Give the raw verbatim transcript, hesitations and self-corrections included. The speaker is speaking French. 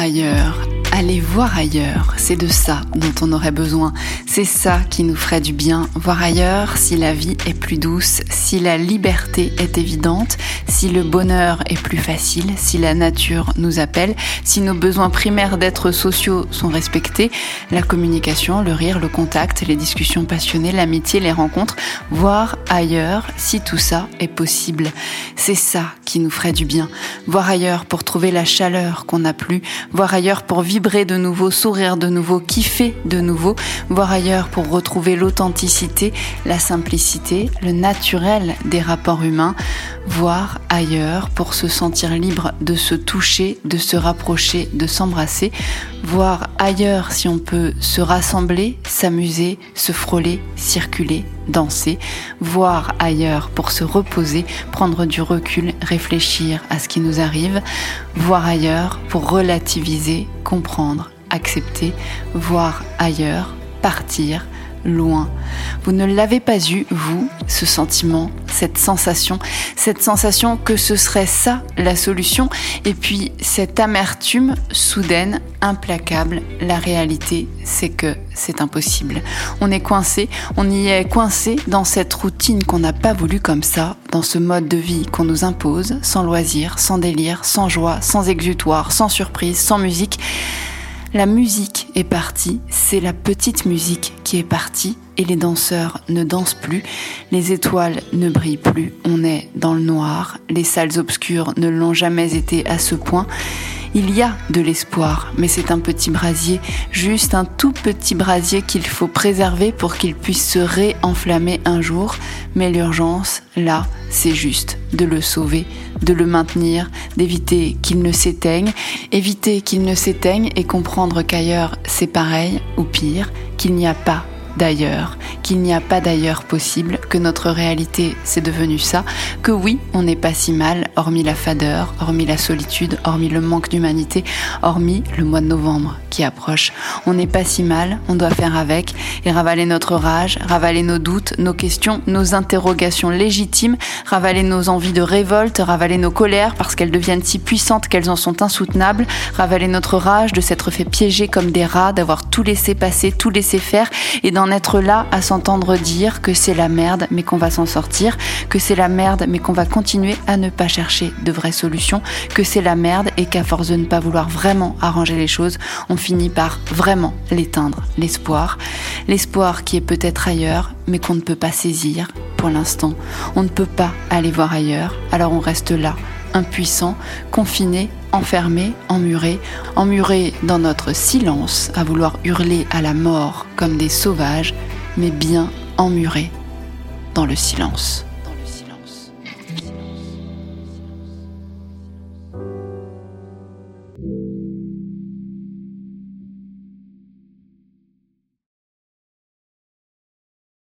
ailleurs. Aller voir ailleurs, c'est de ça dont on aurait besoin. C'est ça qui nous ferait du bien. Voir ailleurs si la vie est plus douce, si la liberté est évidente, si le bonheur est plus facile, si la nature nous appelle, si nos besoins primaires d'être sociaux sont respectés, la communication, le rire, le contact, les discussions passionnées, l'amitié, les rencontres. Voir ailleurs si tout ça est possible. C'est ça qui nous ferait du bien. Voir ailleurs pour trouver la chaleur qu'on n'a plus. Voir ailleurs pour vibrer de nouveau, sourire de nouveau, kiffer de nouveau, voir ailleurs pour retrouver l'authenticité, la simplicité, le naturel des rapports humains, voir ailleurs pour se sentir libre de se toucher, de se rapprocher, de s'embrasser, voir ailleurs si on peut se rassembler, s'amuser, se frôler, circuler, danser, voir ailleurs pour se reposer, prendre du recul, réfléchir à ce qui nous arrive, voir ailleurs pour relativiser, comprendre, accepter, voir ailleurs, partir, loin. Vous ne l'avez pas eu, vous, ce sentiment, cette sensation, cette sensation que ce serait ça la solution, et puis cette amertume soudaine, implacable, la réalité, c'est que c'est impossible. On est coincé, on y est coincé dans cette routine qu'on n'a pas voulu comme ça, dans ce mode de vie qu'on nous impose, sans loisir, sans délire, sans joie, sans exutoire, sans surprise, sans musique. La musique est partie, c'est la petite musique qui est partie et les danseurs ne dansent plus, les étoiles ne brillent plus, on est dans le noir, les salles obscures ne l'ont jamais été à ce point. Il y a de l'espoir, mais c'est un petit brasier, juste un tout petit brasier qu'il faut préserver pour qu'il puisse se réenflammer un jour. Mais l'urgence, là, c'est juste de le sauver, de le maintenir, d'éviter qu'il ne s'éteigne, éviter qu'il ne s'éteigne et comprendre qu'ailleurs c'est pareil ou pire, qu'il n'y a pas d'ailleurs, qu'il n'y a pas d'ailleurs possible, que notre réalité c'est devenu ça, que oui, on n'est pas si mal, hormis la fadeur, hormis la solitude, hormis le manque d'humanité, hormis le mois de novembre qui approche. On n'est pas si mal, on doit faire avec et ravaler notre rage, ravaler nos doutes, nos questions, nos interrogations légitimes, ravaler nos envies de révolte, ravaler nos colères parce qu'elles deviennent si puissantes qu'elles en sont insoutenables, ravaler notre rage de s'être fait piéger comme des rats, d'avoir tout laissé passer, tout laissé faire et d'en être là à s'entendre dire que c'est la merde mais qu'on va s'en sortir, que c'est la merde mais qu'on va continuer à ne pas chercher de vraies solutions, que c'est la merde et qu'à force de ne pas vouloir vraiment arranger les choses, on finit par vraiment l'éteindre, l'espoir. L'espoir qui est peut-être ailleurs mais qu'on ne peut pas saisir pour l'instant. On ne peut pas aller voir ailleurs, alors on reste là, impuissant, confiné, enfermé, emmuré, emmuré dans notre silence, à vouloir hurler à la mort comme des sauvages, mais bien emmuré dans le silence.